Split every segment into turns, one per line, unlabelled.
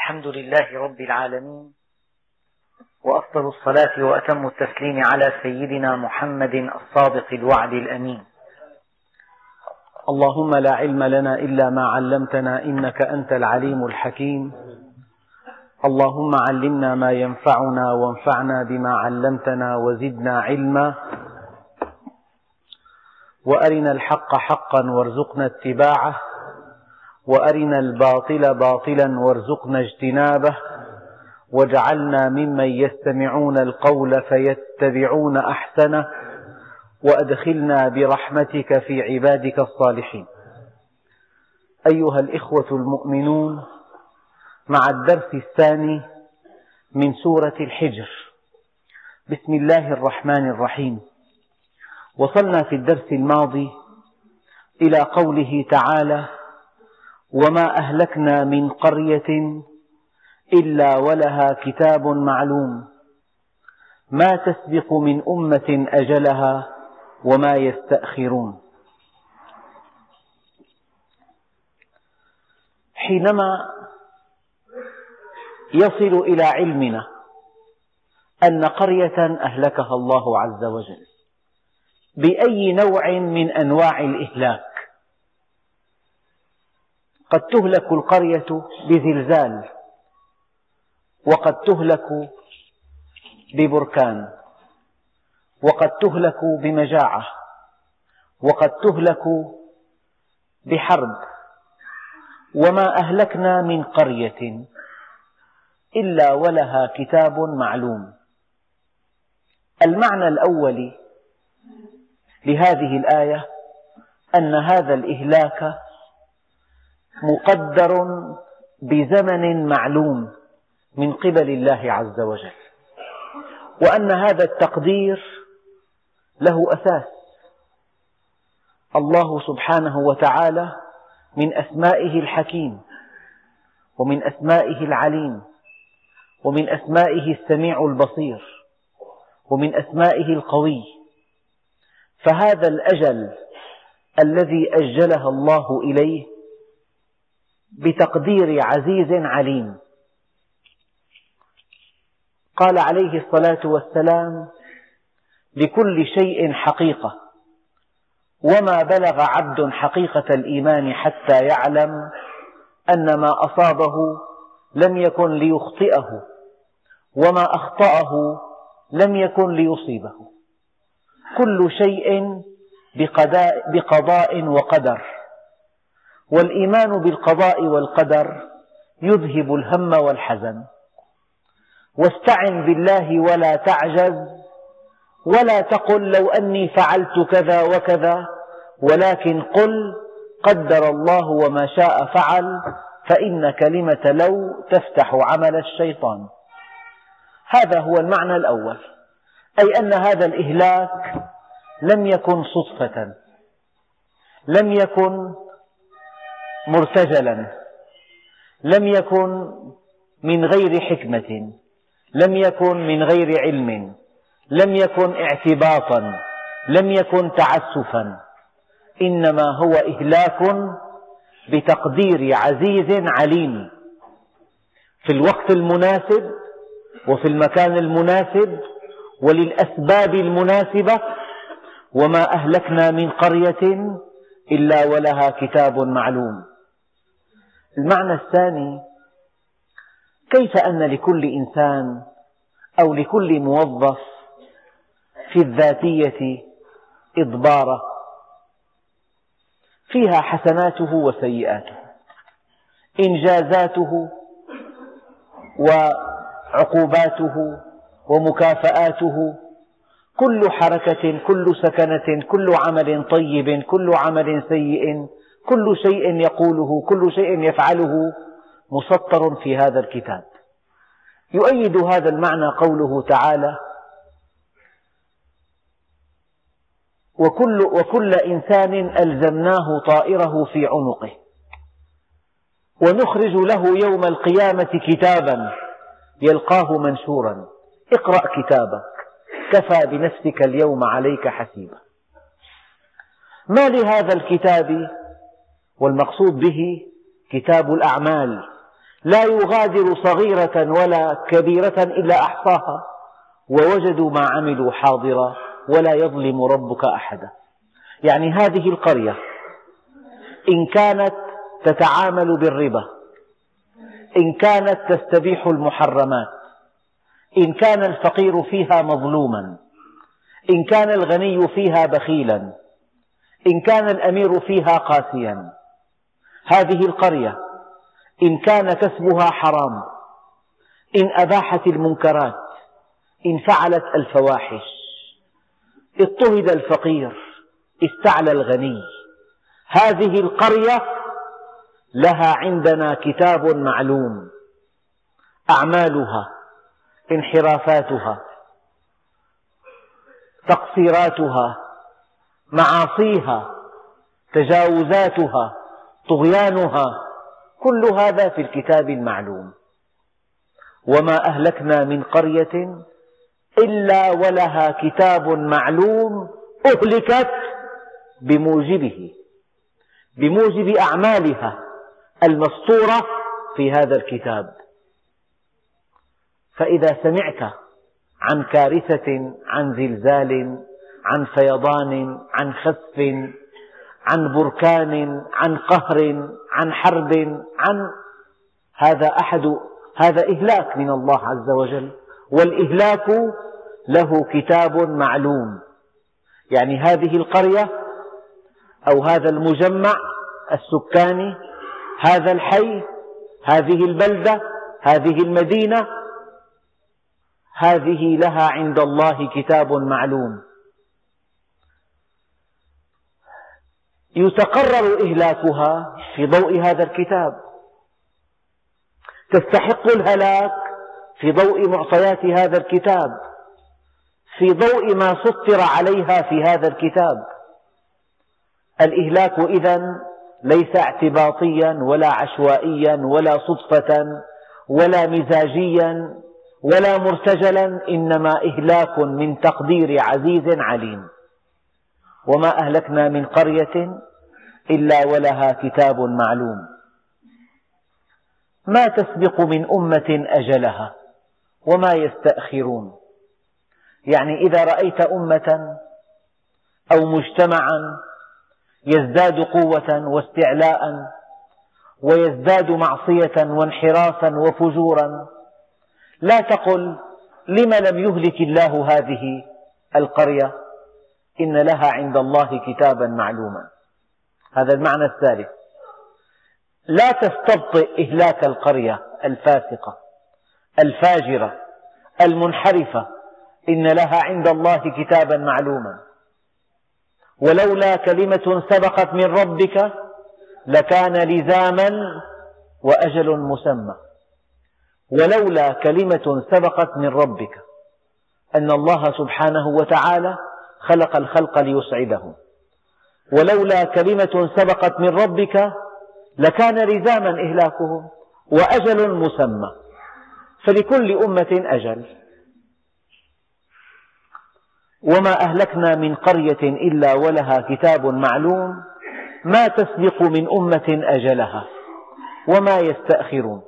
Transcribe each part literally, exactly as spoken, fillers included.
الحمد لله رب العالمين، وأفضل الصلاة وأتم التسليم على سيدنا محمد الصادق الوعد الأمين.
اللهم لا علم لنا إلا ما علمتنا إنك أنت العليم الحكيم. اللهم علمنا ما ينفعنا وانفعنا بما علمتنا وزدنا علما، وأرنا الحق حقا وارزقنا اتباعه، وأرنا الباطل باطلا وارزقنا اجتنابه، واجعلنا ممن يستمعون القول فيتبعون أحسنه، وأدخلنا برحمتك في عبادك الصالحين. أيها الإخوة المؤمنون، مع الدرس الثاني من سورة الحجر. بسم الله الرحمن الرحيم. وصلنا في الدرس الماضي إلى قوله تعالى: وما أهلكنا من قرية إلا ولها كتاب معلوم ما تسبق من أمة أجلها وما يستأخرون. حينما يصل إلى علمنا أن قرية أهلكها الله عز وجل بأي نوع من أنواع الإهلاك، قد تهلك القرية بزلزال، وقد تهلك ببركان، وقد تهلك بمجاعة، وقد تهلك بحرب. وما أهلكنا من قرية إلا ولها كتاب معلوم. المعنى الأول لهذه الآية أن هذا الإهلاك مقدر بزمن معلوم من قبل الله عز وجل، وأن هذا التقدير له أساس. الله سبحانه وتعالى من أسمائه الحكيم، ومن أسمائه العليم، ومن أسمائه السميع البصير، ومن أسمائه القوي. فهذا الأجل الذي أجلها الله إليه بتقدير عزيز عليم. قال عليه الصلاة والسلام: لكل شيء حقيقة، وما بلغ عبد حقيقة الإيمان حتى يعلم أن ما أصابه لم يكن ليخطئه، وما أخطأه لم يكن ليصيبه. كل شيء بقضاء وقدر، والإيمان بالقضاء والقدر يذهب الهم والحزن. واستعن بالله ولا تعجز، ولا تقل لو أني فعلت كذا وكذا، ولكن قل قدر الله وما شاء فعل، فإن كلمة لو تفتح عمل الشيطان. هذا هو المعنى الأول، أي أن هذا الإهلاك لم يكن صدفة، لم يكن مرتجلا، لم يكن من غير حكمة، لم يكن من غير علم، لم يكن اعتباطا، لم يكن تعسفا، إنما هو إهلاك بتقدير عزيز عليم في الوقت المناسب وفي المكان المناسب وللأسباب المناسبة. وما أهلكنا من قرية إلا ولها كتاب معلوم. المعنى الثاني: كيف أن لكل إنسان أو لكل موظف في الذاتية إضبارة فيها حسناته وسيئاته، إنجازاته وعقوباته ومكافآته، كل حركة، كل سكنة، كل عمل طيب، كل عمل سيء، كل شيء يقوله، كل شيء يفعله مسطر في هذا الكتاب. يؤيد هذا المعنى قوله تعالى: وكل, وكل إنسان ألزمناه طائره في عنقه ونخرج له يوم القيامة كتابا يلقاه منشورا اقرأ كتابك كفى بنفسك اليوم عليك حسيبا. ما لهذا الكتاب؟ والمقصود به كتاب الأعمال، لا يغادر صغيرة ولا كبيرة إلا أحصاها ووجدوا ما عملوا حاضرا ولا يظلم ربك أحدا. يعني هذه القرية إن كانت تتعامل بالربا، إن كانت تستبيح المحرمات، إن كان الفقير فيها مظلوما، إن كان الغني فيها بخيلا، إن كان الأمير فيها قاسيا، هذه القرية إن كان كسبها حرام، إن أباحت المنكرات، إن فعلت الفواحش، اضطهد الفقير، استعلى الغني، هذه القرية لها عندنا كتاب معلوم، أعمالها، انحرافاتها، تقصيراتها، معاصيها، تجاوزاتها، طغيانها، كل هذا في الكتاب المعلوم. وما أهلكنا من قرية إلا ولها كتاب معلوم أهلكت بموجبه، بموجب أعمالها المسطورة في هذا الكتاب. فإذا سمعت عن كارثة، عن زلزال، عن فيضان، عن خسف، عن بركان، عن قهر، عن حرب، عن هذا أحد هذا إهلاك من الله عز وجل، والإهلاك له كتاب معلوم. يعني هذه القرية أو هذا المجمع السكاني، هذا الحي، هذه البلدة، هذه المدينة، هذه لها عند الله كتاب معلوم يتقرر إهلاكها في ضوء هذا الكتاب، تستحق الهلاك في ضوء معطيات هذا الكتاب، في ضوء ما سطر عليها في هذا الكتاب. الإهلاك إذن ليس اعتباطيا ولا عشوائيا ولا صدفة ولا مزاجيا ولا مرتجلا، إنما إهلاك من تقدير عزيز عليم. وما أهلكنا من قرية إلا ولها كتاب معلوم ما تسبق من أمة أجلها وما يستأخرون. يعني إذا رأيت أمة أو مجتمعا يزداد قوة واستعلاء ويزداد معصية وانحرافا وفجورا، لا تقل لم لم يهلك الله هذه القرية، إن لها عند الله كتابا معلوما. هذا المعنى الثالث. لا تستبطئ إهلاك القرية الفاسقة الفاجرة المنحرفة، إن لها عند الله كتابا معلوما. ولولا كلمة سبقت من ربك لكان لزاما وأجل مسمى. ولولا كلمة سبقت من ربك، أن الله سبحانه وتعالى خلق الخلق ليسعدهم. ولولا كلمة سبقت من ربك لكان لزاما إهلاكهم وأجل مسمى. فلكل أمة أجل. وما أهلكنا من قرية إلا ولها كتاب معلوم ما تسبق من أمة أجلها وما يستأخرون.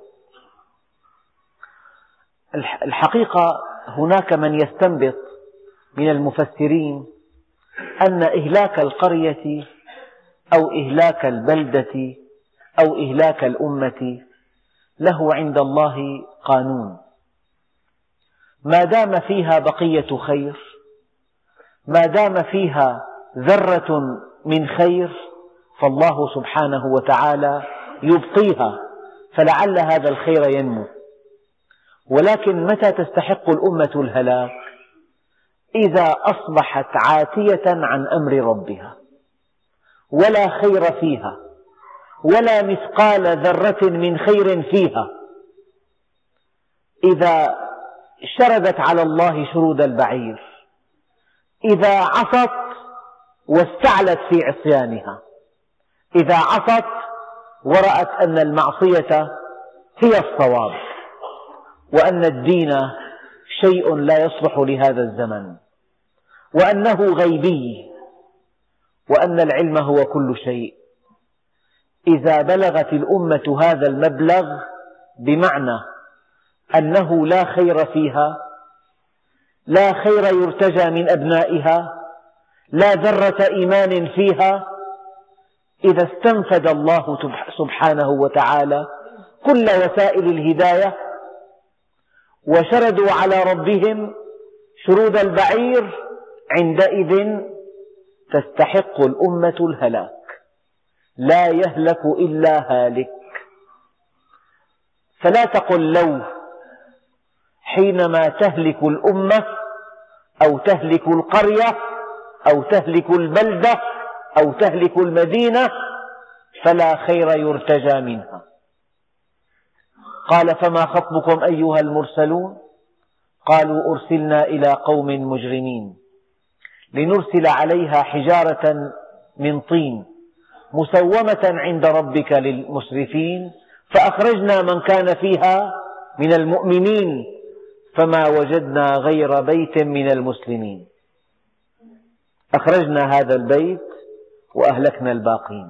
الحقيقة هناك من يستنبط من المفسرين أن إهلاك القرية أو إهلاك البلدة أو إهلاك الأمة له عند الله قانون، ما دام فيها بقية خير، ما دام فيها ذرة من خير، فالله سبحانه وتعالى يبقيها فلعل هذا الخير ينمو. ولكن متى تستحق الأمة الهلاك؟ إذا أصبحت عاتية عن أمر ربها ولا خير فيها ولا مثقال ذرة من خير فيها، إذا شردت على الله شرود البعير، إذا عصت واستعلت في عصيانها، إذا عصت ورأت أن المعصية هي الصواب وأن الدين شيء لا يصلح لهذا الزمن وأنه غيبي وأن العلم هو كل شيء. إذا بلغت الأمة هذا المبلغ بمعنى أنه لا خير فيها، لا خير يرتجى من أبنائها، لا ذرة إيمان فيها، إذا استنفد الله سبحانه وتعالى كل وسائل الهداية وشردوا على ربهم شرود البعير، عندئذ تستحق الأمة الهلاك، لا يهلك إلا هالك. فلا تقل لو حينما تهلك الأمة أو تهلك القرية أو تهلك البلدة أو تهلك المدينة فلا خير يرتجى منها. قال فما خطبكم أيها المرسلون؟ قالوا أرسلنا إلى قوم مجرمين لنرسل عليها حجارة من طين مسومة عند ربك للمسرفين فأخرجنا من كان فيها من المؤمنين فما وجدنا غير بيت من المسلمين، أخرجنا هذا البيت وأهلكنا الباقين.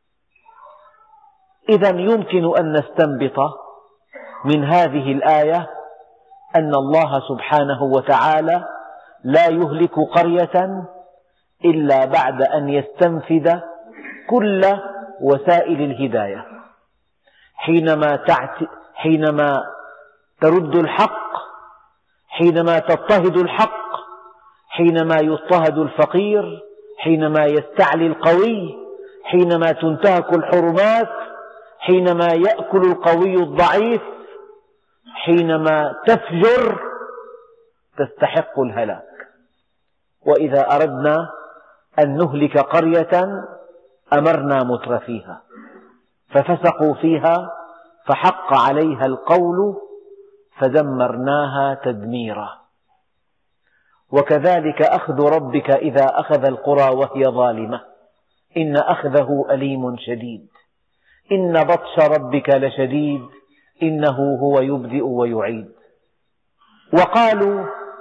إذا يمكن أن نستنبط من هذه الآية أن الله سبحانه وتعالى لا يهلك قرية إلا بعد أن يستنفذ كل وسائل الهداية. حينما, تعت... حينما ترد الحق، حينما تضطهد الحق، حينما يضطهد الفقير، حينما يستعلي القوي، حينما تنتهك الحرمات، حينما يأكل القوي الضعيف، حينما تفجر تستحق الهلاك. وإذا أردنا أن نهلك قرية أمرنا مترفيها ففسقوا فيها فحق عليها القول فدمرناها تدميرا. وكذلك أخذ ربك إذا أخذ القرى وهي ظالمة إن أخذه أليم شديد إن بطش ربك لشديد إنه هو يبدئ ويعيد. وقالوا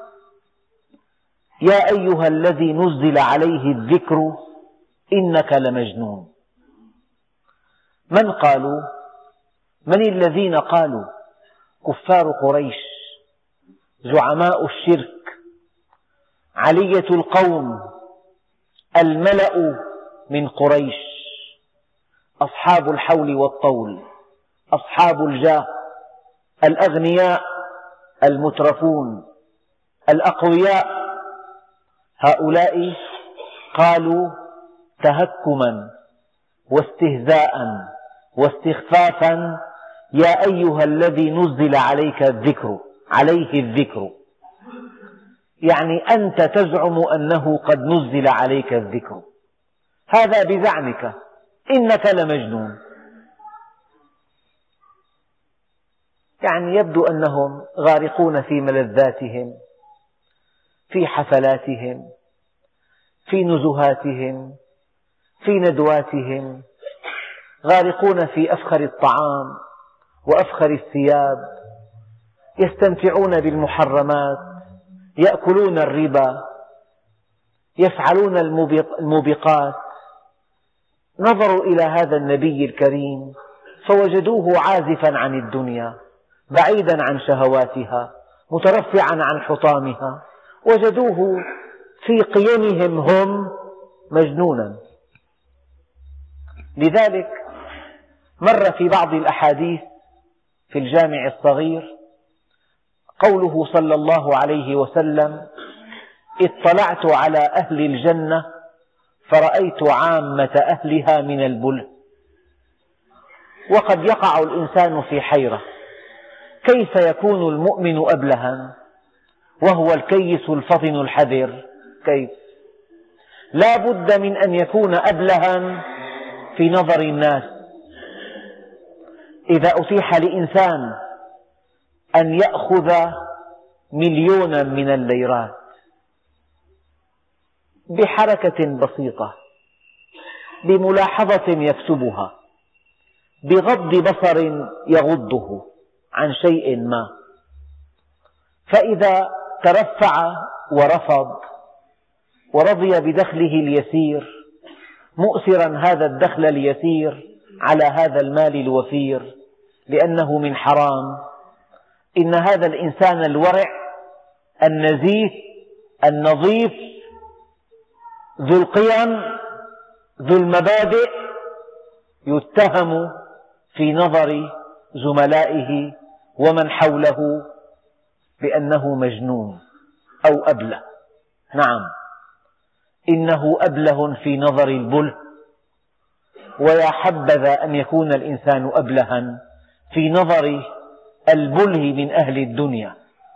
يا أيها الذي نزل عليه الذكر إنك لمجنون. من قالوا؟ من الذين قالوا؟ كفار قريش، زعماء الشرك، علية القوم، الملأ من قريش، أصحاب الحول والطول، أصحاب الجاه، الأغنياء، المترفون، الأقوياء، هؤلاء قالوا تهكما واستهزاء واستخفافا يا أيها الذي نزل عليك الذكر، عليه الذكر، يعني أنت تزعم أنه قد نزل عليك الذكر، هذا بزعمك، إنك لمجنون. يعني يبدو أنهم غارقون في ملذاتهم، في حفلاتهم، في نزهاتهم، في ندواتهم، غارقون في أفخر الطعام وأفخر الثياب، يستمتعون بالمحرمات، يأكلون الربا، يفعلون الموبقات. نظروا إلى هذا النبي الكريم فوجدوه عازفا عن الدنيا، بعيدا عن شهواتها، مترفعا عن حطامها، وجدوه في قيمهم هم مجنونا. لذلك مر في بعض الأحاديث في الجامع الصغير قوله صلى الله عليه وسلم اطلعت على أهل الجنة فرأيت عامة أهلها من البله. وقد يقع الإنسان في حيرة، كيف يكون المؤمن أبلها وهو الكيس الفطن الحذر؟ كيف؟ لا بد من أن يكون أبلها في نظر الناس. إذا أتيح لإنسان أن يأخذ مليونا من الليرات بحركة بسيطة، بملاحظة يكتبها، بغض بصر يغضه عن شيء ما، فإذا ترفع ورفض ورضي بدخله اليسير مؤثرا هذا الدخل اليسير على هذا المال الوفير، لأنه من حرام، إن هذا الإنسان الورع النزيه النظيف ذو القيم ذو المبادئ يتهم في نظر زملائه ومن حوله بأنه مجنون أو أبله. نعم، إنه أبله في نظر البله، ويا حبذا أن يكون الإنسان أبلها في نظر البله من أهل الدنيا.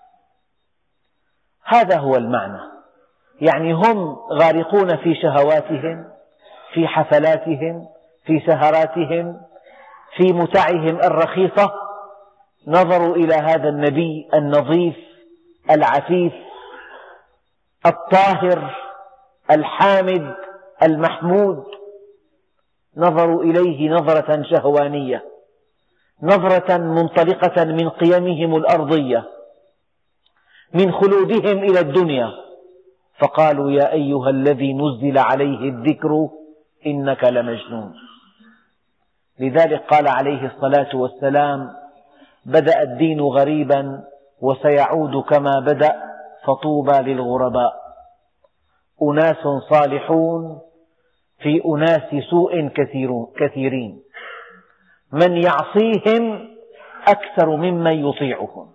هذا هو المعنى، يعني هم غارقون في شهواتهم، في حفلاتهم، في سهراتهم، في متعهم الرخيصة، نظروا إلى هذا النبي النظيف العفيف الطاهر الحامد المحمود، نظروا إليه نظرة شهوانية، نظرة منطلقة من قيمهم الأرضية، من خلودهم إلى الدنيا، فقالوا يا أيها الذي نزل عليه الذكر إنك لمجنون. لذلك قال عليه الصلاة والسلام: بدأ الدين غريبا وسيعود كما بدأ فطوبى للغرباء. أناس صالحون في أناس سوء كثيرين، من يعصيهم أكثر ممن يطيعهم.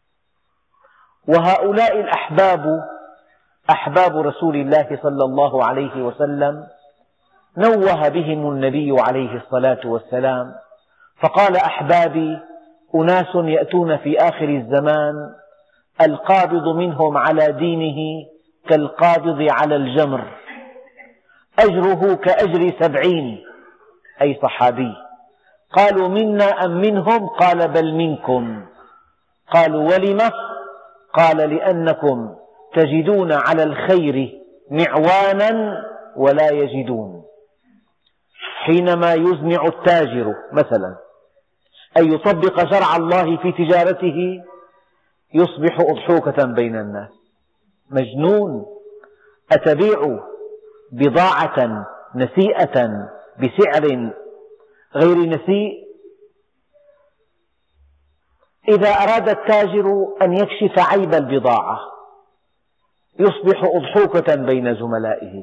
وهؤلاء الأحباب أحباب رسول الله صلى الله عليه وسلم نوه بهم النبي عليه الصلاة والسلام فقال: أحبابي أناس يأتون في آخر الزمان القابض منهم على دينه كالقابض على الجمر، أجره كأجر سبعين، أي صحابي. قالوا: منا أم منهم؟ قال: بل منكم. قالوا: ولم؟ قال: لأنكم تجدون على الخير معوانا ولا يجدون. حينما يزمع التاجر مثلا أن يطبق شرع الله في تجارته يصبح أضحوكة بين الناس. مجنون، أتبيع بضاعة نسيئة بسعر غير نسيء؟ إذا أراد التاجر أن يكشف عيب البضاعة يصبح أضحوكة بين زملائه.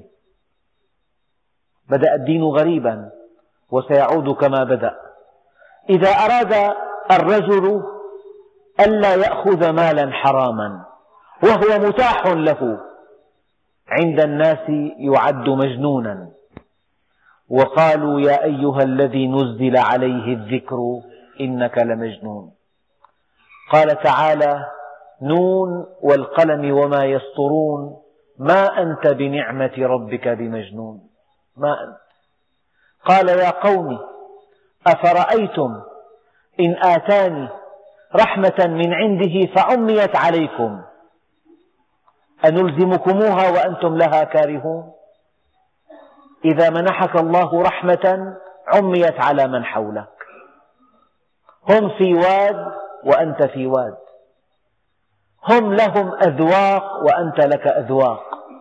بدأ الدين غريبا وسيعود كما بدأ. إذا أراد الرجل ألا يأخذ مالا حراما وهو متاح له عند الناس يعد مجنونا. وقالوا: يا أيها الذي نزل عليه الذكر إنك لمجنون. قال تعالى: نون والقلم وما يسطرون ما أنت بنعمة ربك بمجنون. ما أنت. قال: يا قوم أفرأيتم إن آتاني رحمة من عنده فعميت عليكم أنلزمكموها وأنتم لها كارهون. إذا منحك الله رحمة عميت على من حولك، هم في واد وأنت في واد، هم لهم أذواق وأنت لك أذواق،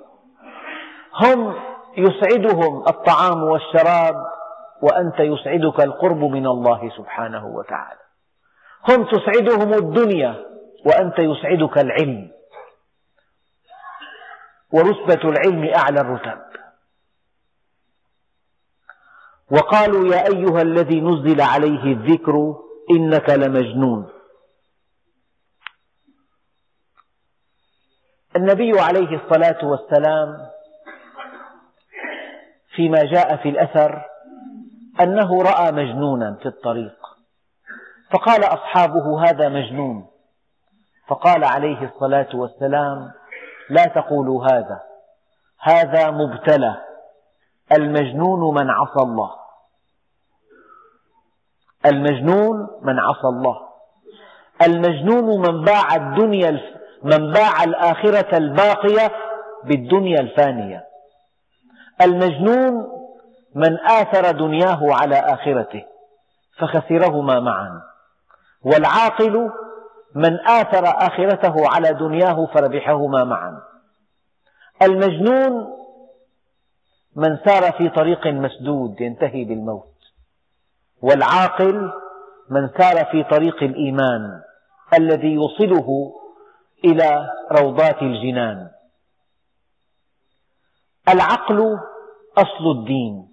هم يسعدهم الطعام والشراب وأنت يسعدك القرب من الله سبحانه وتعالى، هم تسعدهم الدنيا وأنت يسعدك العلم، ورتبة العلم أعلى الرتب. وقالوا: يا أيها الذي نزل عليه الذكر إنك لمجنون. النبي عليه الصلاة والسلام فيما جاء في الأثر أنه رأى مجنونا في الطريق فقال أصحابه: هذا مجنون. فقال عليه الصلاة والسلام: لا تقولوا هذا، هذا مبتلى، المجنون من عصى الله، المجنون من عصى الله، المجنون من باع الدنيا من باع الآخرة الباقية بالدنيا الفانية، المجنون من آثر دنياه على آخرته فخسرهما معا، والعاقل من آثر آخرته على دنياه فربحهما معا. المجنون من سار في طريق مسدود ينتهي بالموت، والعاقل من سار في طريق الإيمان الذي يوصله إلى روضات الجنان. العقل أصل الدين،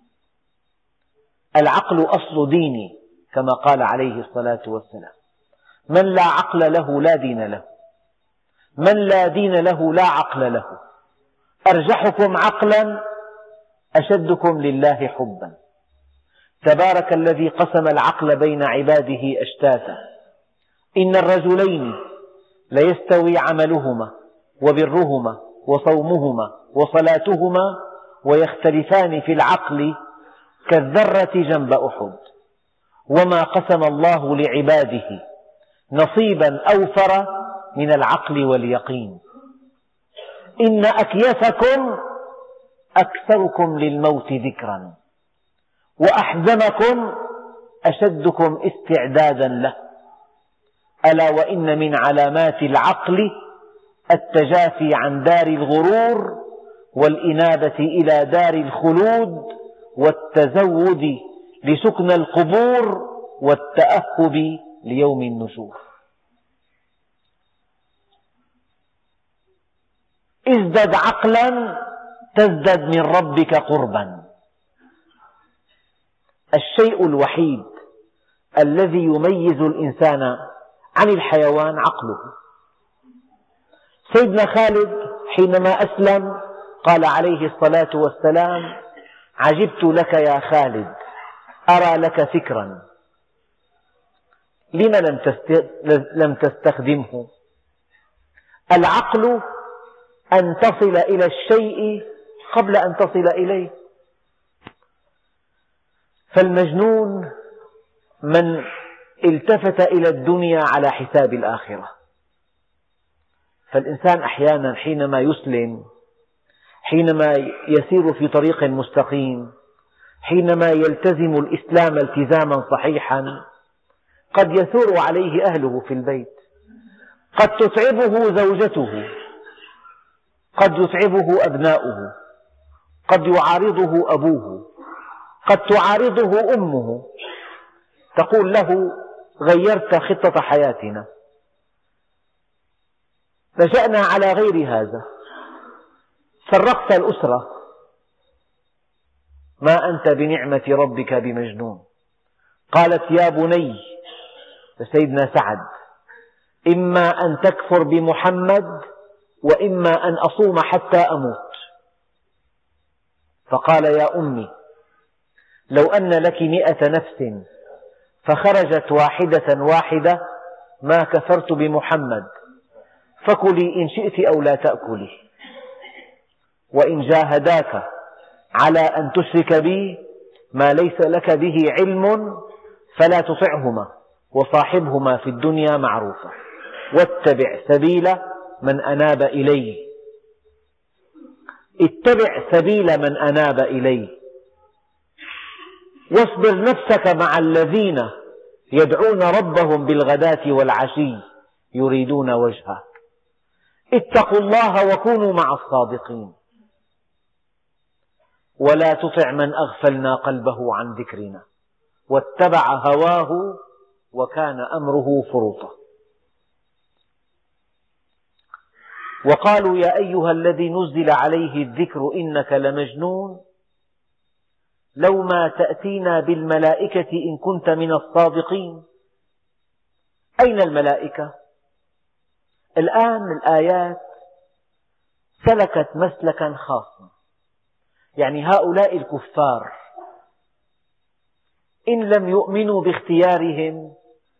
العقل أصل ديني كما قال عليه الصلاة والسلام: من لا عقل له لا دين له، من لا دين له لا عقل له، أرجحكم عقلا أشدكم لله حبا. تبارك الذي قسم العقل بين عباده أشتاتا، إن الرجلين ليستوي عملهما وبرهما وصومهما وصلاتهما ويختلفان في العقل كالذرة جنب أحد، وما قسم الله لعباده نصيبا أوفر من العقل واليقين. إن أكيسكم أكثركم للموت ذكرا، وأحزمكم أشدكم استعدادا له. ألا وإن من علامات العقل التجافي عن دار الغرور والإنابة إلى دار الخلود والتزود لسكن القبور والتأهب ليوم النشور. ازدد عقلا تزدد من ربك قربا. الشيء الوحيد الذي يميز الإنسان عن الحيوان عقله. سيدنا خالد حينما أسلم قال عليه الصلاة والسلام: عجبت لك يا خالد، أرى لك فكرا، لم لم تستخدمه؟ العقل أن تصل إلى الشيء قبل أن تصل إليه. فالمجنون من التفت إلى الدنيا على حساب الآخرة. فالإنسان أحيانا حينما يسلم، حينما يسير في طريق مستقيم، حينما يلتزم الإسلام التزاما صحيحا، قد يثور عليه أهله في البيت، قد تتعبه زوجته، قد يتعبه أبناؤه، قد يعارضه أبوه، قد تعارضه أمه، تقول له: غيرت خطة حياتنا، نشأنا على غير هذا، فرقت الأسرة، ما أنت بنعمة ربك بمجنون. قالت: يا بني، لسيدنا سعد: إما أن تكفر بمحمد وإما أن أصوم حتى أموت. فقال: يا أمي، لو أن لك مئة نفس فخرجت واحدة واحدة ما كفرت بمحمد، فكلي إن شئت أو لا تأكلي، وإن جاهداك على أن تشرك بي ما ليس لك به علم فلا تطعهما وصاحبهما في الدنيا معروفا، واتبع سبيل من أناب إلي. اتبع سبيل من أناب إلي، واصبر نفسك مع الذين يدعون ربهم بالغداة والعشي يريدون وجهه، اتقوا الله وكونوا مع الصادقين، ولا تطع من أغفلنا قلبه عن ذكرنا واتبع هواه وكان أمره فرطا. وقالوا: يا أيها الذي نزل عليه الذكر إنك لمجنون، لو ما تأتينا بالملائكة إن كنت من الصادقين. أين الملائكة؟ الآن الآيات سلكت مسلكا خاصا، يعني هؤلاء الكفار إن لم يؤمنوا باختيارهم،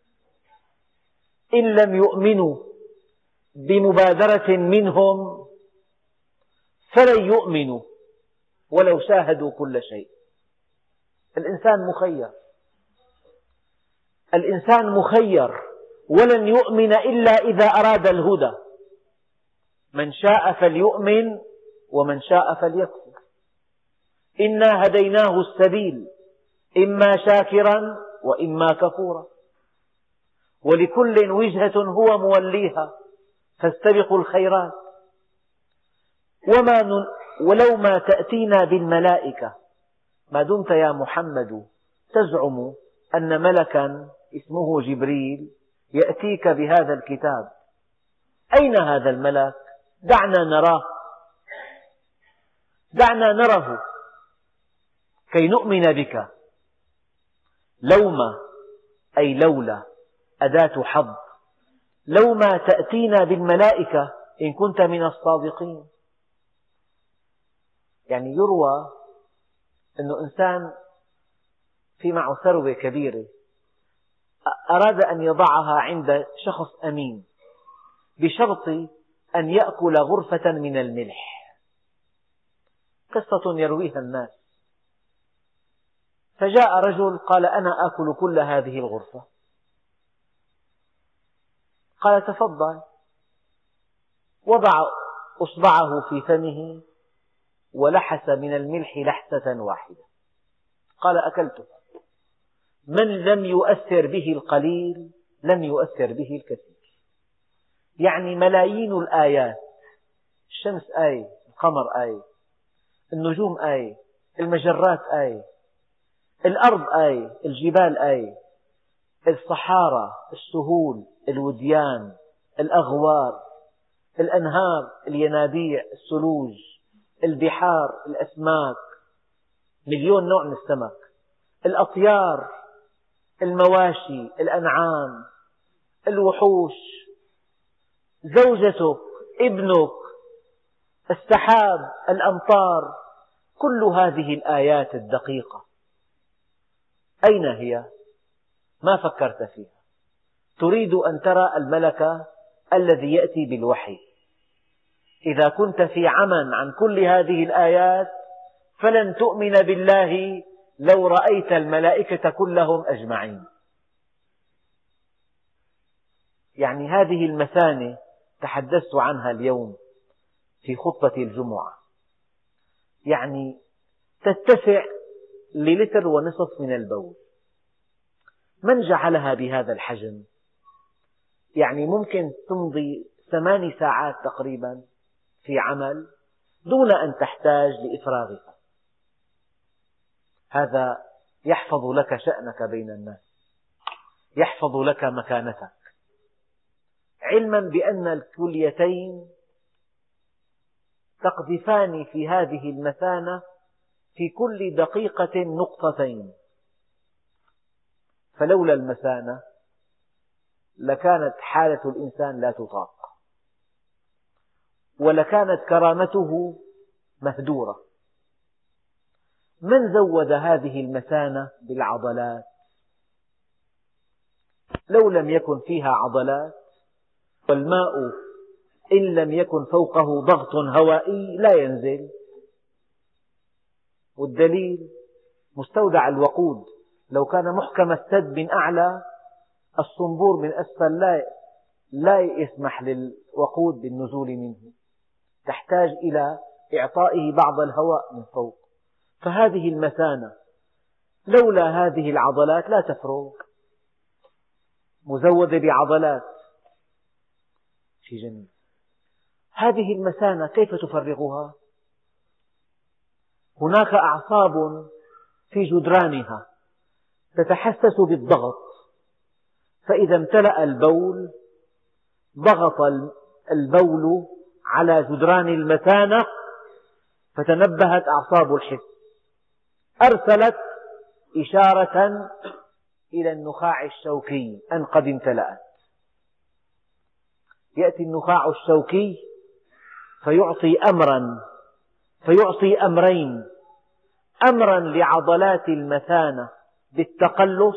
إن لم يؤمنوا بمبادرة منهم، فلن يؤمنوا ولو شاهدوا كل شيء. الإنسان مخير، الإنسان مخير، ولن يؤمن إلا إذا أراد الهدى. من شاء فليؤمن ومن شاء فليكفر. إنا هديناه السبيل إما شاكرا وإما كفورا، ولكل وجهة هو موليها فاستبقوا الخيرات. وما ن... ولو ما تأتينا بالملائكة، ما دمت يا محمد تزعم أن ملكا اسمه جبريل يأتيك بهذا الكتاب. أين هذا الملك؟ دعنا نراه، دعنا نره كي نؤمن بك. لوما أي لولا أداة حظ، لوما تأتينا بالملائكة إن كنت من الصادقين. يعني يروى أن إنسان في معه ثروة كبيرة أراد أن يضعها عند شخص أمين بشرط أن يأكل غرفة من الملح، قصة يرويها الناس. فجاء رجل قال أنا آكل كل هذه الغرفة. قال تفضل. وضع أصبعه في فمه ولحس من الملح لحسة واحدة. قال أكلته. من لم يؤثر به القليل لم يؤثر به الكثير. يعني ملايين الآيات، الشمس آية، القمر آية، النجوم آية، المجرات آية، الأرض آية، الجبال آية، الصحارى، السهول، الوديان، الأغوار، الأنهار، الينابيع، الثلوج، البحار، الأسماك، مليون نوع من السمك، الأطيار، المواشي، الأنعام، الوحوش، زوجتك، ابنك، السحاب، الأمطار، كل هذه الآيات الدقيقة أين هي؟ ما فكرت فيها. تريد أن ترى الملك الذي يأتي بالوحي. إذا كنت في عمى عن كل هذه الآيات فلن تؤمن بالله لو رأيت الملائكة كلهم أجمعين. يعني هذه المثانة تحدثت عنها اليوم في خطبة الجمعة، يعني تتسع للتر ونصف من البول. من جعلها بهذا الحجم؟ يعني ممكن تمضي ثماني ساعات تقريبا في عمل دون أن تحتاج لإفراغها. هذا يحفظ لك شأنك بين الناس، يحفظ لك مكانتك، علما بأن الكليتين تقذفان في هذه المثانة في كل دقيقة نقطتين. فلولا المثانة لكانت حالة الإنسان لا تطاق، ولكانت كرامته مهدورة. من زود هذه المثانة بالعضلات؟ لو لم يكن فيها عضلات والماء إن لم يكن فوقه ضغط هوائي لا ينزل. والدليل مستودع الوقود لو كان محكم السد من أعلى، الصنبور من أسفل لا لا يسمح للوقود بالنزول منه، تحتاج إلى إعطائه بعض الهواء من فوق. فهذه المثانة لولا هذه العضلات لا تفرغ، مزودة بعضلات. شيء جميل. هذه المثانة كيف تفرغها؟ هناك أعصاب في جدرانها تتحسس بالضغط، فإذا امتلأ البول ضغط البول على جدران المثانة فتنبهت أعصاب الحس، أرسلت إشارة إلى النخاع الشوكي أن قد امتلأت. يأتي النخاع الشوكي فيعطي أمرا فيعطي أمرين: أمرا لعضلات المثانة بالتقلص،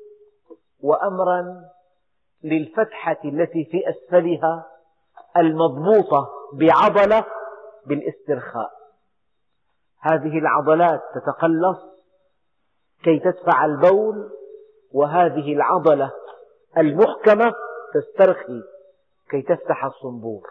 وأمرا للفتحة التي في أسفلها المضبوطة بعضلة بالاسترخاء. هذه العضلات تتقلص كي تدفع البول، وهذه العضلة المحكمة تسترخي كي تفتح الصنبور.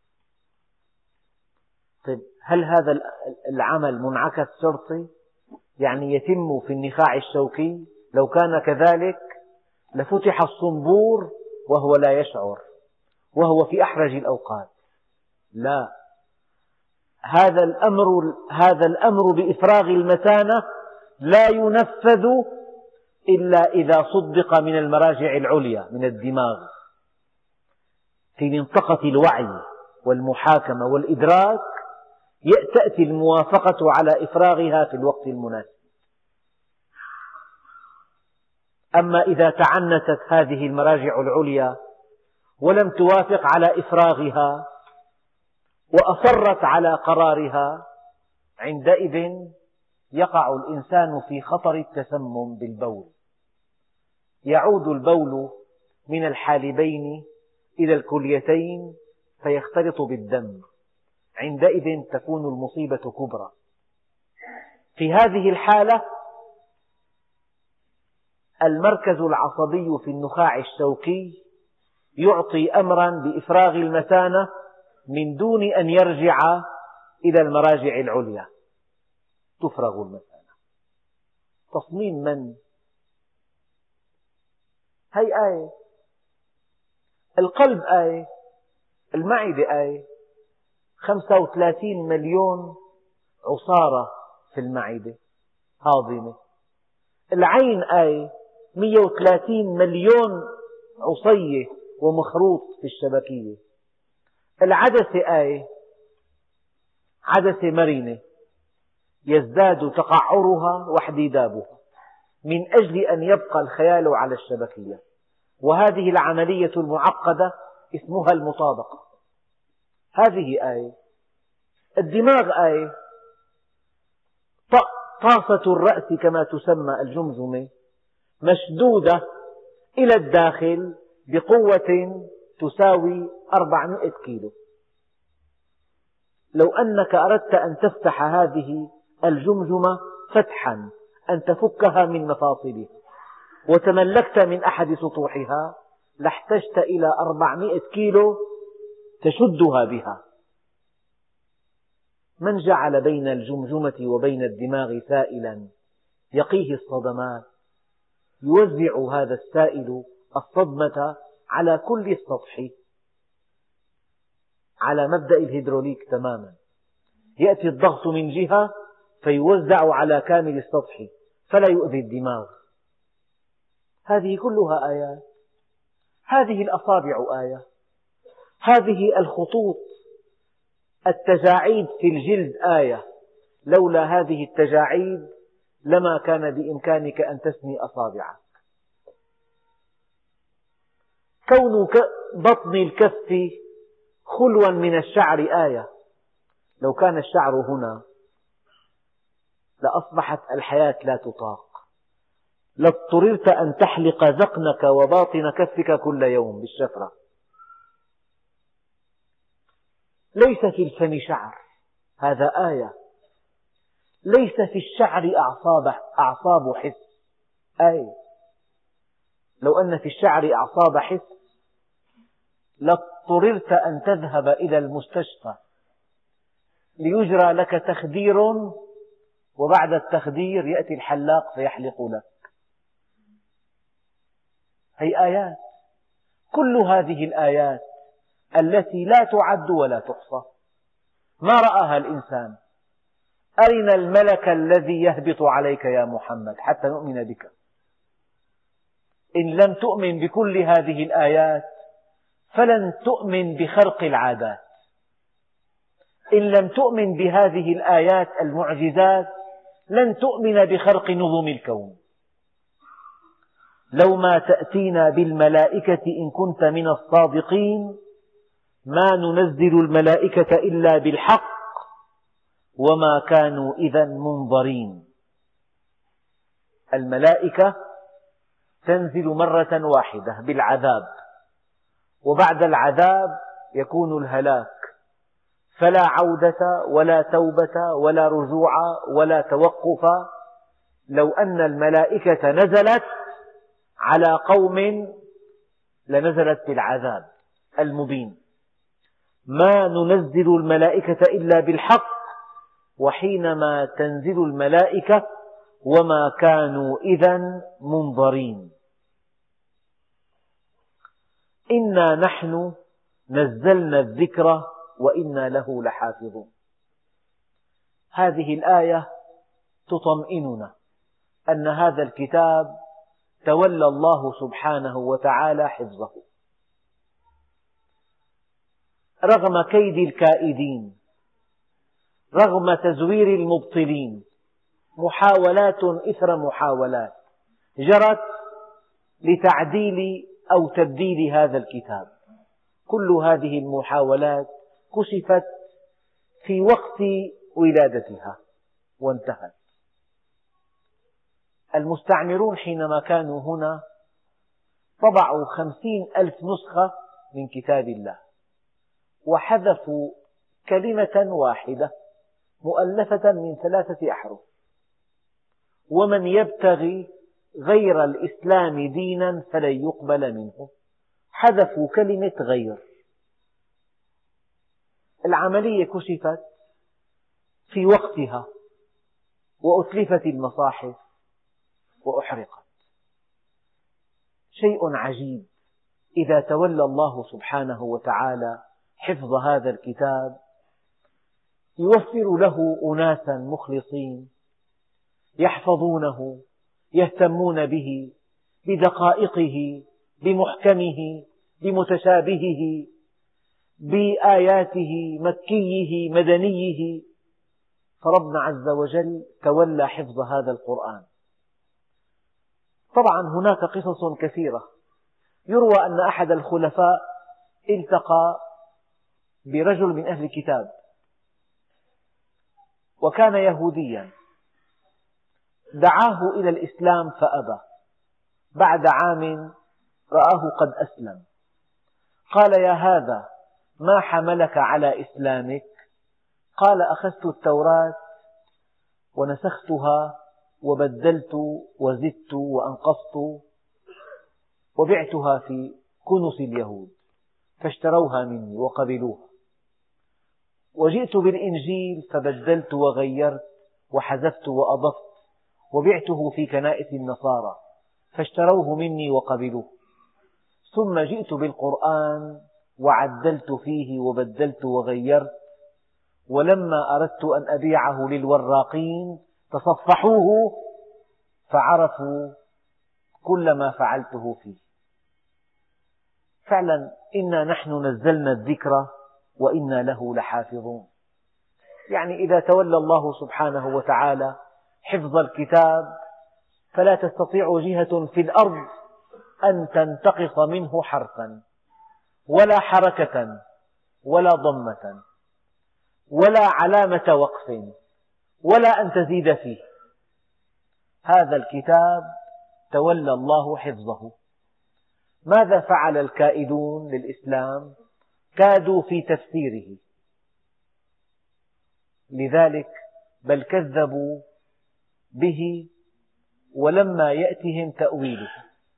طيب، هل هذا العمل منعكس شرطي؟ يعني يتم في النخاع الشوكي؟ لو كان كذلك لفتح الصنبور وهو لا يشعر، وهو في أحرج الأوقات. لا، هذا الأمر هذا الأمر بإفراغ المثانة لا ينفذ إلا إذا صدق من المراجع العليا من الدماغ في منطقة الوعي والمحاكمة والإدراك، تأتي الموافقة على إفراغها في الوقت المناسب. أما إذا تعنتت هذه المراجع العليا ولم توافق على إفراغها وأصرت على قرارها، عندئذ يقع الإنسان في خطر التسمم بالبول. يعود البول من الحالبين إلى الكليتين فيختلط بالدم، عندئذ تكون المصيبة كبرى. في هذه الحالة المركز العصبي في النخاع الشوكي يعطي أمرا بإفراغ المثانة من دون أن يرجع إلى المراجع العليا، تفرغ المثانة. تصميم من؟ هي آية. القلب آية، المعدة آية، خمسة وثلاثين مليون عصارة في المعدة هاضمة. العين آية، مئة وثلاثين مليون عصية ومخروط في الشبكية. العدسة آية، عدسة مرنة يزداد تقعرها واحتدابها من أجل أن يبقى الخيال على الشبكية، وهذه العملية المعقدة اسمها المطابقة. هذه آية. الدماغ آية، طاسة الرأس كما تسمى الجمجمة مشدودة إلى الداخل بقوة تساوي أربعمئة كيلو. لو أنك أردت أن تفتح هذه الجمجمة فتحا، أن تفكها من مفاصلها وتملكت من أحد سطوحها، لاحتجت إلى أربعمئة كيلو تشدها بها. من جعل بين الجمجمة وبين الدماغ سائلا يقيه الصدمات، يوزع هذا السائل الصدمة على كل السطح على مبدأ الهيدروليك تماما. يأتي الضغط من جهة فيوزع على كامل السطح فلا يؤذي الدماغ. هذه كلها آيات. هذه الأصابع آية، هذه الخطوط التجاعيد في الجلد آية. لولا هذه التجاعيد لما كان بإمكانك أن تثني أصابعك. كون بطن الكف خلوا من الشعر آية. لو كان الشعر هنا لأصبحت الحياة لا تطاق، لاضطررت أن تحلق ذقنك وباطن كفك كل يوم بالشفرة. ليس في الفم شعر، هذا آية. ليس في الشعر أعصاب, أعصاب حس، آية. لو أن في الشعر أعصاب حس لاضطررت أن تذهب إلى المستشفى ليجرى لك تخدير، وبعد التخدير يأتي الحلاق فيحلق لك. هي آيات. كل هذه الآيات التي لا تعد ولا تحصى ما رآها الإنسان. أرنا الملك الذي يهبط عليك يا محمد حتى نؤمن بك. إن لم تؤمن بكل هذه الآيات فلن تؤمن بخرق العادات. إن لم تؤمن بهذه الآيات المعجزات لن تؤمن بخرق نظم الكون. لو ما تأتينا بالملائكة إن كنت من الصادقين ما ننزل الملائكة إلا بالحق وما كانوا إذا منظرين. الملائكة تنزل مرة واحدة بالعذاب، وبعد العذاب يكون الهلاك، فلا عودة ولا توبة ولا رجوع ولا توقف. لو أن الملائكة نزلت على قوم لنزلت بالعذاب المبين. ما ننزل الملائكة إلا بالحق، وحينما تنزل الملائكة وما كانوا إذا منظرين. إنا نحن نزلنا الذكر وإنا له لحافظون. هذه الآية تطمئننا أن هذا الكتاب تولى الله سبحانه وتعالى حفظه، رغم كيد الكائدين، رغم تزوير المبطلين، محاولات إثر محاولات جرت لتعديل أو تبديل هذا الكتاب. كل هذه المحاولات كشفت في وقت ولادتها وانتهت. المستعمرون حينما كانوا هنا طبعوا خمسين ألف نسخة من كتاب الله، وحذفوا كلمة واحدة مؤلفة من ثلاثة أحرف: ومن يبتغي غير الإسلام دينا فلن يقبل منه. حذفوا كلمة غير. العملية كشفت في وقتها، وأتلفت المصاحف وأحرقت. شيء عجيب، إذا تولى الله سبحانه وتعالى حفظ هذا الكتاب يوفر له أناسا مخلصين يحفظونه، يهتمون به، بدقائقه، بمحكمه، بمتشابهه، بآياته، مكيه، مدنيه. فربنا عز وجل تولى حفظ هذا القرآن. طبعا هناك قصص كثيرة. يروى أن أحد الخلفاء التقى برجل من أهل الكتاب، وكان يهوديا، دعاه إلى الإسلام فأبى. بعد عام رآه قد أسلم، قال: يا هذا، ما حملك على إسلامك؟ قال: أخذت التوراة ونسختها وبدلت وزدت وأنقصت وبعتها في كنس اليهود فاشتروها مني وقبلوها، وجئت بالإنجيل فبدلت وغيرت وحذفت وأضفت وبعته في كنائس النصارى فاشتروه مني وقبلوه، ثم جئت بالقرآن وعدلت فيه وبدلت وغيرت، ولما أردت أن أبيعه للوراقين تصفحوه فعرفوا كل ما فعلته فيه. فعلا إنا نحن نزلنا الذكر وإنا له لحافظون. يعني إذا تولى الله سبحانه وتعالى حفظ الكتاب فلا تستطيع جهة في الأرض أن تنتقص منه حرفا، ولا حركة، ولا ضمة، ولا علامة وقف، ولا أن تزيد فيه. هذا الكتاب تولى الله حفظه. ماذا فعل الكائدون للإسلام؟ كادوا في تفسيره، لذلك بل كذبوا به ولما يأتهم تأويله.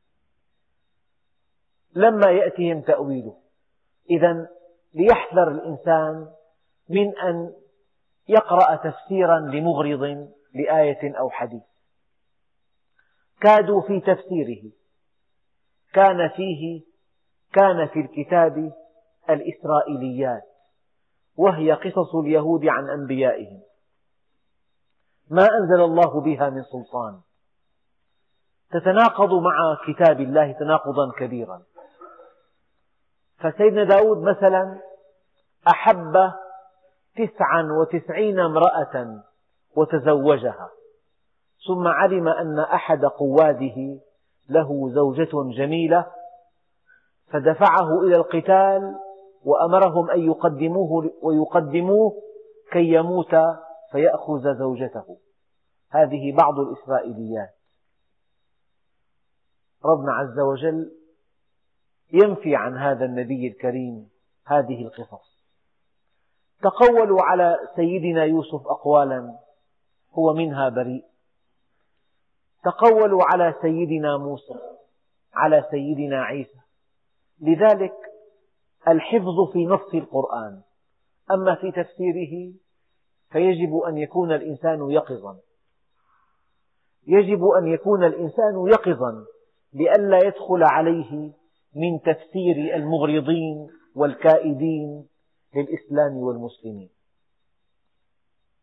لما يأتهم تأويله، إذن ليحذر الإنسان من أن يقرأ تفسيرا لمغرض لآية أو حديث. كادوا في تفسيره. كان فيه كان في الكتاب الإسرائيليات، وهي قصص اليهود عن أنبيائهم، ما أنزل الله بها من سلطان، تتناقض مع كتاب الله تناقضا كبيرا. فسيدنا داود مثلا أحب تسعا وتسعين امرأة وتزوجها، ثم علم أن أحد قواده له زوجة جميلة فدفعه إلى القتال وأمرهم أن يقدموه ويقدموه كي يموت فيأخذ زوجته. هذه بعض الإسرائيليات. ربنا عز وجل ينفي عن هذا النبي الكريم هذه القصص. تقولوا على سيدنا يوسف أقوالا هو منها بريء. تقولوا على سيدنا موسى، على سيدنا عيسى. لذلك الحفظ في نص القرآن، أما في تفسيره فيجب أن يكون الإنسان يقظا. يجب أن يكون الإنسان يقظا لئلا يدخل عليه من تفسير المغرضين والكائدين للإسلام والمسلمين.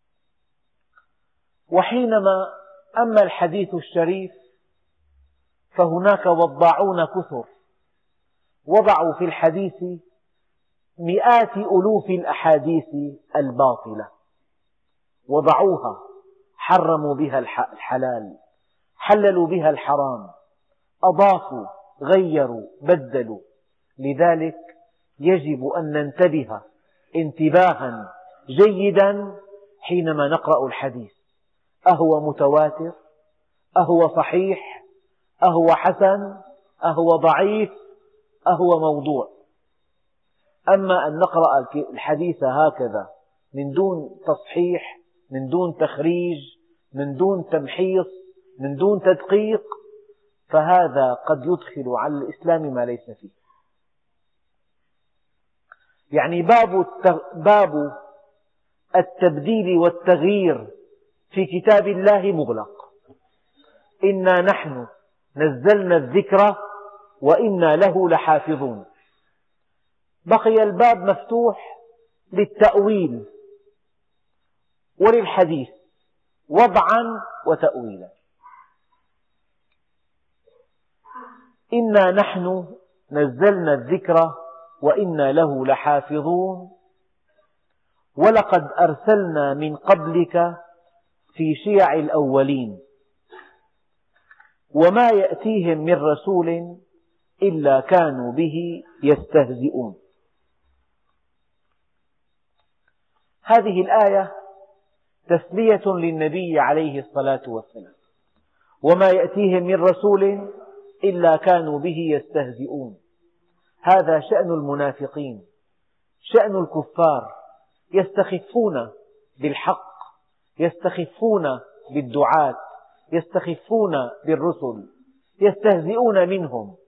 وحينما أما الحديث الشريف فهناك وضاعون كثر وضعوا في الحديث مئات ألوف الأحاديث الباطلة، وضعوها، حرموا بها الحلال، حللوا بها الحرام، أضافوا، غيروا، بدلوا. لذلك يجب أن ننتبه انتباها جيدا حينما نقرأ الحديث، أهو متواتر؟ أهو صحيح؟ أهو حسن؟ أهو ضعيف؟ أهو موضوع؟ أما أن نقرأ الحديث هكذا من دون تصحيح، من دون تخريج، من دون تمحيص، من دون تدقيق، فهذا قد يدخل على الإسلام ما ليس فيه. يعني باب باب التبديل والتغيير في كتاب الله مغلق. إنا نحن نزلنا الذكر وإنا له لحافظون. بقي الباب مفتوح للتأويل وللحديث وضعا وتأويلا. إنا نحن نزلنا الذكر وإنا له لحافظون ولقد أرسلنا من قبلك في شيع الأولين وما يأتيهم من رسول إلا كانوا به يستهزئون. هذه الآية تسلية للنبي عليه الصلاة والسلام، وما يأتيهم من رسول إلا كانوا به يستهزئون. هذا شأن المنافقين، شأن الكفار، يستخفون بالحق، يستخفون بالدعاة، يستخفون بالرسل، يستهزئون منهم.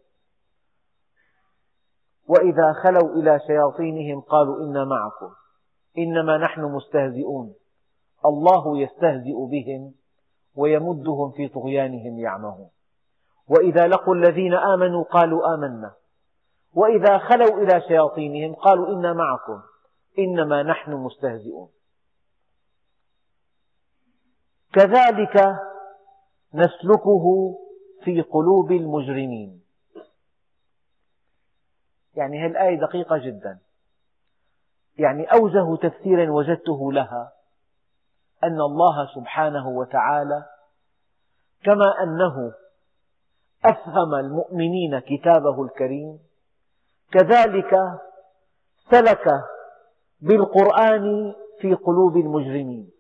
وإذا خلوا إلى شياطينهم قالوا إنا معكم إنما نحن مستهزئون. الله يستهزئ بهم ويمدهم في طغيانهم يعمهون. وإذا لقوا الذين آمنوا قالوا آمنا وإذا خلوا إلى شياطينهم قالوا إنا معكم إنما نحن مستهزئون. كذلك نسلكه في قلوب المجرمين. يعني هذه الآية دقيقة جدا. يعني أوجه تفسير وجدته لها أن الله سبحانه وتعالى كما أنه أفهم المؤمنين كتابه الكريم، كذلك سلك بالقرآن في قلوب المجرمين.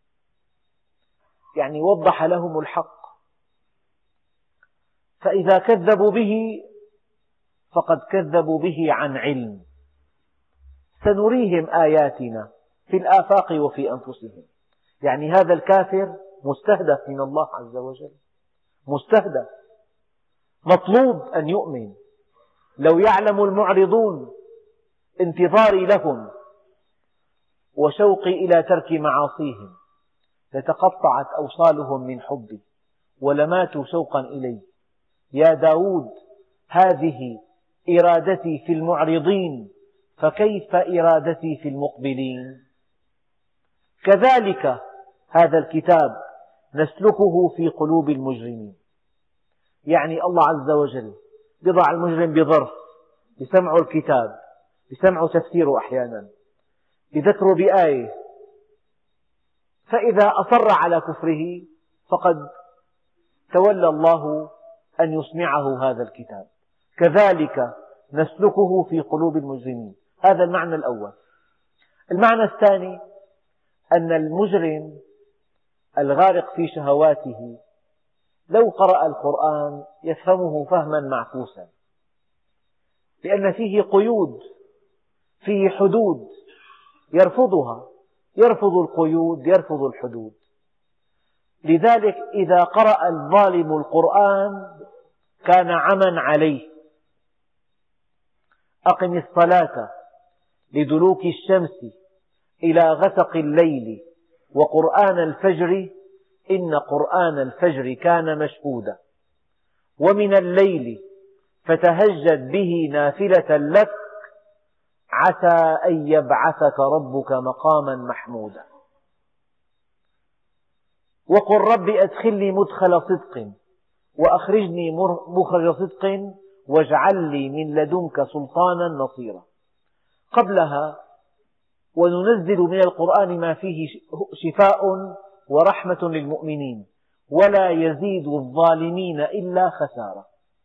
يعني وضح لهم الحق، فإذا كذبوا به فقد كذبوا به عن علم. سنريهم آياتنا في الآفاق وفي أنفسهم. يعني هذا الكافر مستهدف من الله عز وجل، مستهدف، مطلوب أن يؤمن. لو يعلم المعرضون انتظاري لهم وشوقي إلى ترك معاصيهم لتقطعت أوصالهم من حبي ولماتوا شوقا إلي. يا داود هذه إرادتي في المعرضين فكيف إرادتي في المقبلين. كذلك هذا الكتاب نسلكه في قلوب المجرمين. يعني الله عز وجل يضع المجرم بظرف، يسمعوا الكتاب، يسمعوا تفسيره أحيانا، يذكروا بآية، فإذا أصر على كفره فقد تولى الله أن يسمعه هذا الكتاب. كذلك نسلكه في قلوب المجرمين. هذا المعنى الأول. المعنى الثاني أن المجرم الغارق في شهواته لو قرأ القرآن يفهمه فهما معكوسا، لأن فيه قيود، فيه حدود يرفضها، يرفض القيود، يرفض الحدود. لذلك إذا قرأ الظالم القرآن كان عمى عليه. أقم الصلاة لدلوك الشمس إلى غسق الليل وقرآن الفجر إن قرآن الفجر كان مشهودا ومن الليل فتهجد به نافلة لك عسى أن يبعثك ربك مقاما محمودا. وقل رب أدخلني مدخل صدق وأخرجني مخرج صدق واجعل لي من لدنك سلطانا نصيرا. قبلها وننزل من القرآن ما فيه شفاء ورحمة للمؤمنين ولا يزيد الظالمين إلا خسارة.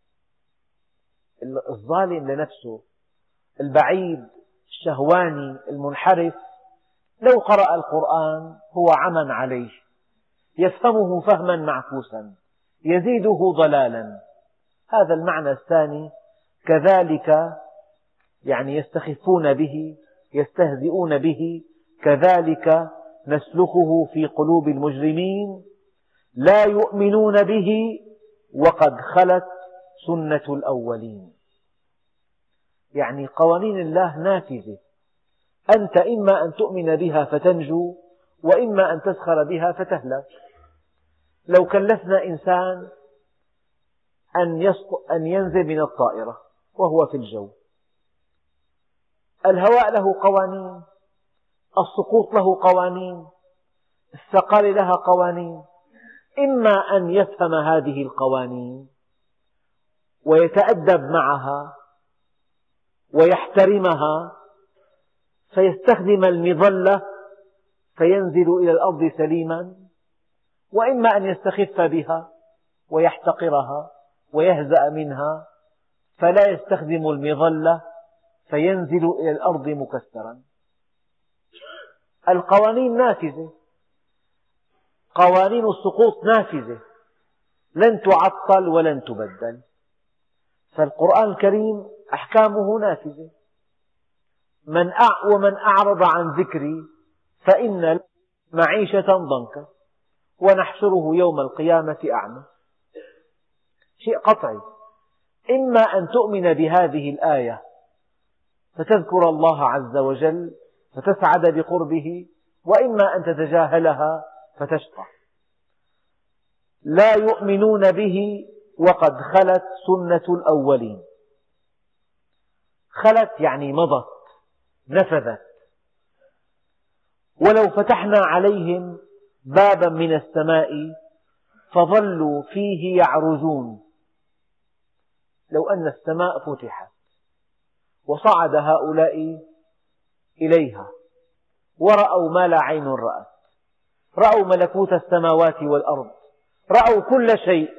الظالم لنفسه البعيد الشهواني المنحرف لو قرأ القرآن هو عمى عليه، يفهمه فهما معكوسا يزيده ضلالا. هذا المعنى الثاني. كذلك يعني يستخفون به يستهزئون به، كذلك نسلكه في قلوب المجرمين لا يؤمنون به وقد خلت سنة الأولين. يعني قوانين الله نافذة، أنت إما أن تؤمن بها فتنجو وإما أن تسخر بها فتهلك. لو كلفنا إنسان أن ينزل من الطائرة وهو في الجو، الهواء له قوانين، السقوط له قوانين، الثقال لها قوانين. إما أن يفهم هذه القوانين ويتأدب معها ويحترمها فيستخدم المظلة فينزل إلى الأرض سليما، وإما أن يستخف بها ويحتقرها ويهزأ منها فلا يستخدم المظلة فينزل إلى الأرض مكسرا. القوانين نافذة، قوانين السقوط نافذة لن تعطل ولن تبدل. فالقرآن الكريم أحكامه نافذة. من أع ومن أعرض عن ذكري فإن معيشة ضنكا ونحشره يوم القيامة أعمى. شيء قطعي. إما أن تؤمن بهذه الآية فتذكر الله عز وجل فتسعد بقربه، وإما أن تتجاهلها فتشقى. لا يؤمنون به وقد خلت سنة الأولين. خلت يعني مضت، نفذت. ولو فتحنا عليهم بابا من السماء فظلوا فيه يعرجون. لو أن السماء فتحت وصعد هؤلاء إليها ورأوا ما لا عين رأت، رأوا ملكوت السماوات والأرض، رأوا كل شيء،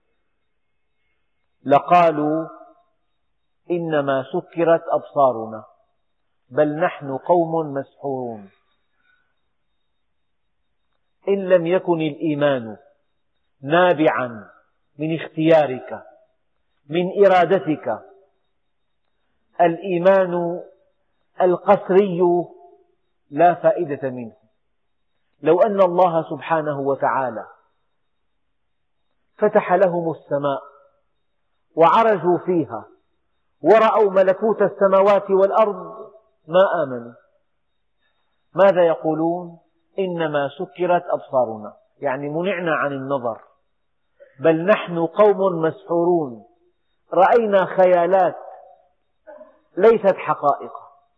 لقالوا إنما سكرت أبصارنا بل نحن قوم مسحورون. إن لم يكن الإيمان نابعا من اختيارك من إرادتك، الإيمان القسري لا فائدة منه. لو أن الله سبحانه وتعالى فتح لهم السماء وعرجوا فيها ورأوا ملكوت السماوات والأرض ما آمنوا. ماذا يقولون؟ إنما سكرت أبصارنا، يعني منعنا عن النظر، بل نحن قوم مسحورون، رأينا خيالات ليست حقائق.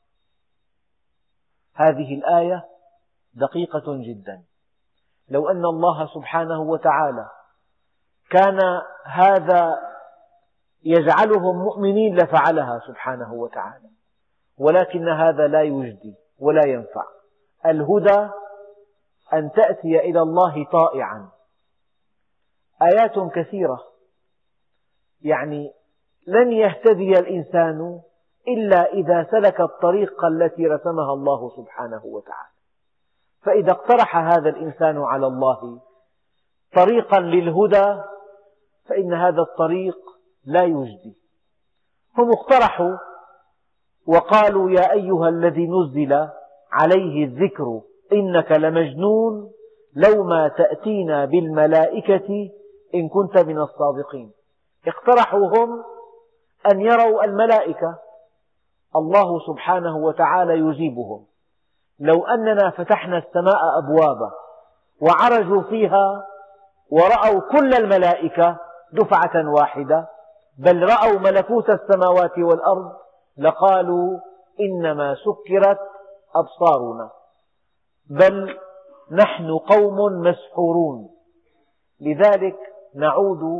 هذه الآية دقيقة جدا. لو أن الله سبحانه وتعالى كان هذا يجعلهم مؤمنين لفعلها سبحانه وتعالى، ولكن هذا لا يجدي ولا ينفع. الهدى أن تأتي إلى الله طائعا. آيات كثيرة، يعني لن يهتدي الإنسان إلا إذا سلك الطريق التي رسمها الله سبحانه وتعالى. فإذا اقترح هذا الإنسان على الله طريقا للهدى فإن هذا الطريق لا يجدي. هم اقترحوا وقالوا يا أيها الذي نزل عليه الذكر إنك لمجنون لو ما تأتينا بالملائكة إن كنت من الصادقين. اقترحوا هم أن يروا الملائكة، الله سبحانه وتعالى يجيبهم. لو أننا فتحنا السماء أبوابا وعرجوا فيها ورأوا كل الملائكة دفعة واحدة، بل رأوا ملكوت السماوات والأرض، لقالوا إنما سكرت أبصارنا بل نحن قوم مسحورون. لذلك نعود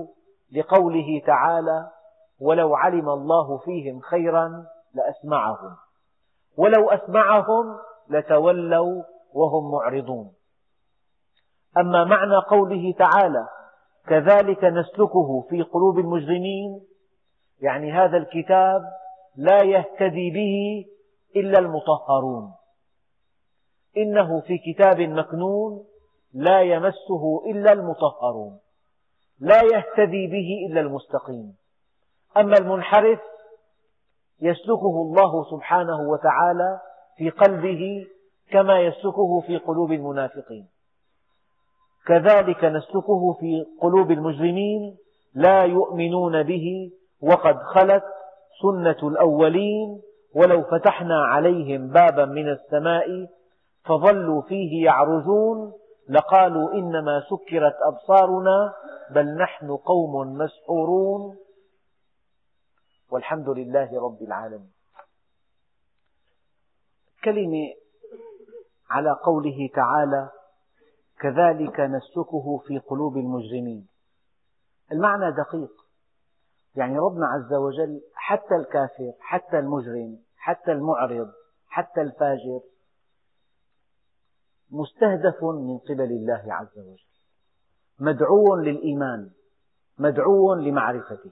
لقوله تعالى: ولو علم الله فيهم خيرا لأسمعهم ولو أسمعهم لتولوا وهم معرضون. أما معنى قوله تعالى: كذلك نسلكه في قلوب المجرمين، يعني هذا الكتاب لا يهتدي به إلا المطهرون، إنه في كتاب مكنون لا يمسه إلا المطهرون، لا يهتدي به إلا المستقيم. أما المنحرف يسلكه الله سبحانه وتعالى في قلبه كما يسلكه في قلوب المنافقين. كذلك نسلكه في قلوب المجرمين لا يؤمنون به وقد خلت سنة الأولين ولو فتحنا عليهم بابا من السماء فظلوا فيه يعرجون لقالوا إنما سكرت أبصارنا بل نحن قوم مسحورون والحمد لله رب العالمين. كلمة على قوله تعالى: كذلك نسلكه في قلوب المجرمين. المعنى دقيق، يعني ربنا عز وجل حتى الكافر، حتى المجرم، حتى المعرض، حتى الفاجر مستهدف من قبل الله عز وجل، مدعو للإيمان، مدعو لمعرفته.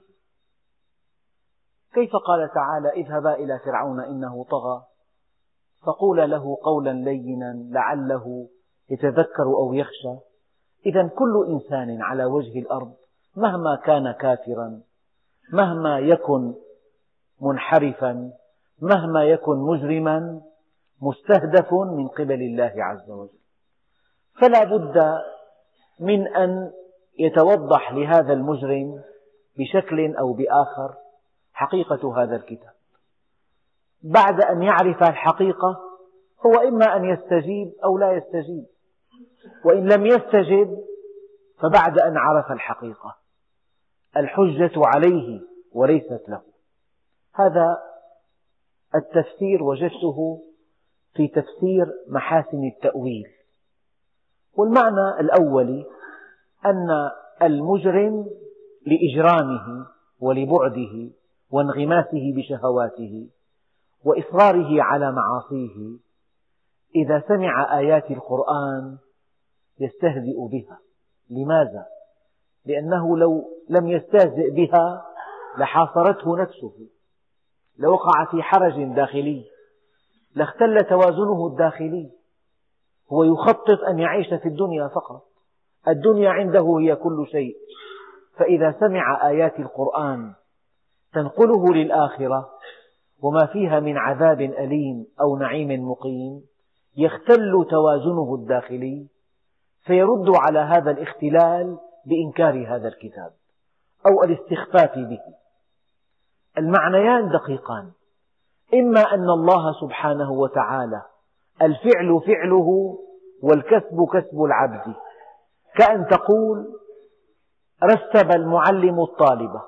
كيف قال تعالى: اذهبا إلى فرعون إنه طغى فقولا له قولا لينا لعله يتذكر أو يخشى. إذا كل إنسان على وجه الأرض مهما كان كافرا، مهما يكن منحرفا، مهما يكن مجرما، مستهدف من قبل الله عز وجل. فلا بد من أن يتوضح لهذا المجرم بشكل أو بآخر حقيقة هذا الكتاب. بعد أن يعرف الحقيقة هو إما أن يستجيب أو لا يستجيب، وإن لم يستجب فبعد أن عرف الحقيقة الحجة عليه وليست له. هذا التفسير وجدته في تفسير محاسن التأويل. والمعنى الأولي أن المجرم لإجرامه ولبعده وانغماسه بشهواته وإصراره على معاصيه إذا سمع آيات القرآن يستهزئ بها. لماذا؟ لأنه لو لم يستهزئ بها لحاصرته نفسه، لوقع في حرج داخلي، لاختل توازنه الداخلي. هو يخطط أن يعيش في الدنيا فقط، الدنيا عنده هي كل شيء، فإذا سمع آيات القرآن تنقله للآخرة وما فيها من عذاب أليم أو نعيم مقيم يختل توازنه الداخلي، فيرد على هذا الاختلال بإنكار هذا الكتاب أو الاستخفاف به. المعنيان دقيقان، إما أن الله سبحانه وتعالى الفعل فعله والكسب كسب العبد، كأن تقول: رتب المعلم الطالب،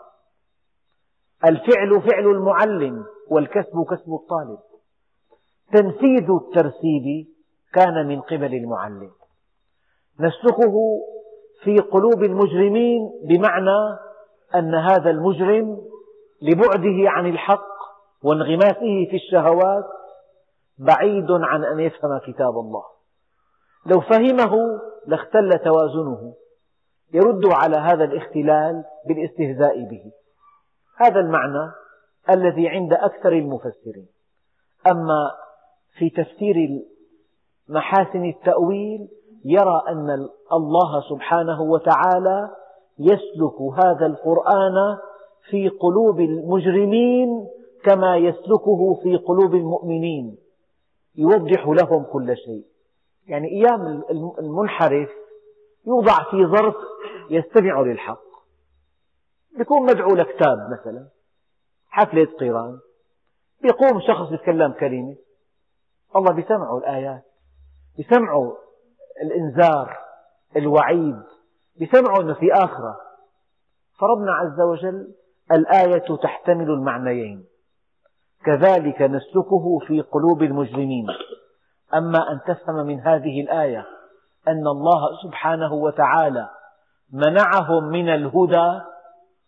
الفعل فعل المعلم والكسب كسب الطالب، تنفيذ الترتيب كان من قبل المعلم. نسلكه في قلوب المجرمين بمعنى أن هذا المجرم لبعده عن الحق وانغماسه في الشهوات بعيد عن أن يفهم كتاب الله. لو فهمه لاختل توازنه، يرد على هذا الاختلال بالاستهزاء به. هذا المعنى الذي عند أكثر المفسرين. أما في تفسير محاسن التأويل يرى أن الله سبحانه وتعالى يسلك هذا القرآن في قلوب المجرمين كما يسلكه في قلوب المؤمنين، يوضح لهم كل شيء. يعني أيام المنحرف يوضع في ظرف يستمع للحق، يكون مدعو لكتاب مثلا، حفلة قران، يقوم شخص يتكلم كلمة، الله بيسمعه الآيات، بيسمعه الإنذار، الوعيد، بيسمعه أنه في آخرة. فربنا عز وجل الآية تحتمل المعنيين: كذلك نسلكه في قلوب المجرمين. أما أن تفهم من هذه الآية أن الله سبحانه وتعالى منعهم من الهدى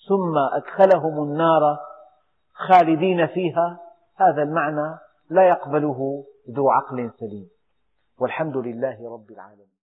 ثم أدخلهم النار خالدين فيها، هذا المعنى لا يقبله ذو عقل سليم. والحمد لله رب العالمين.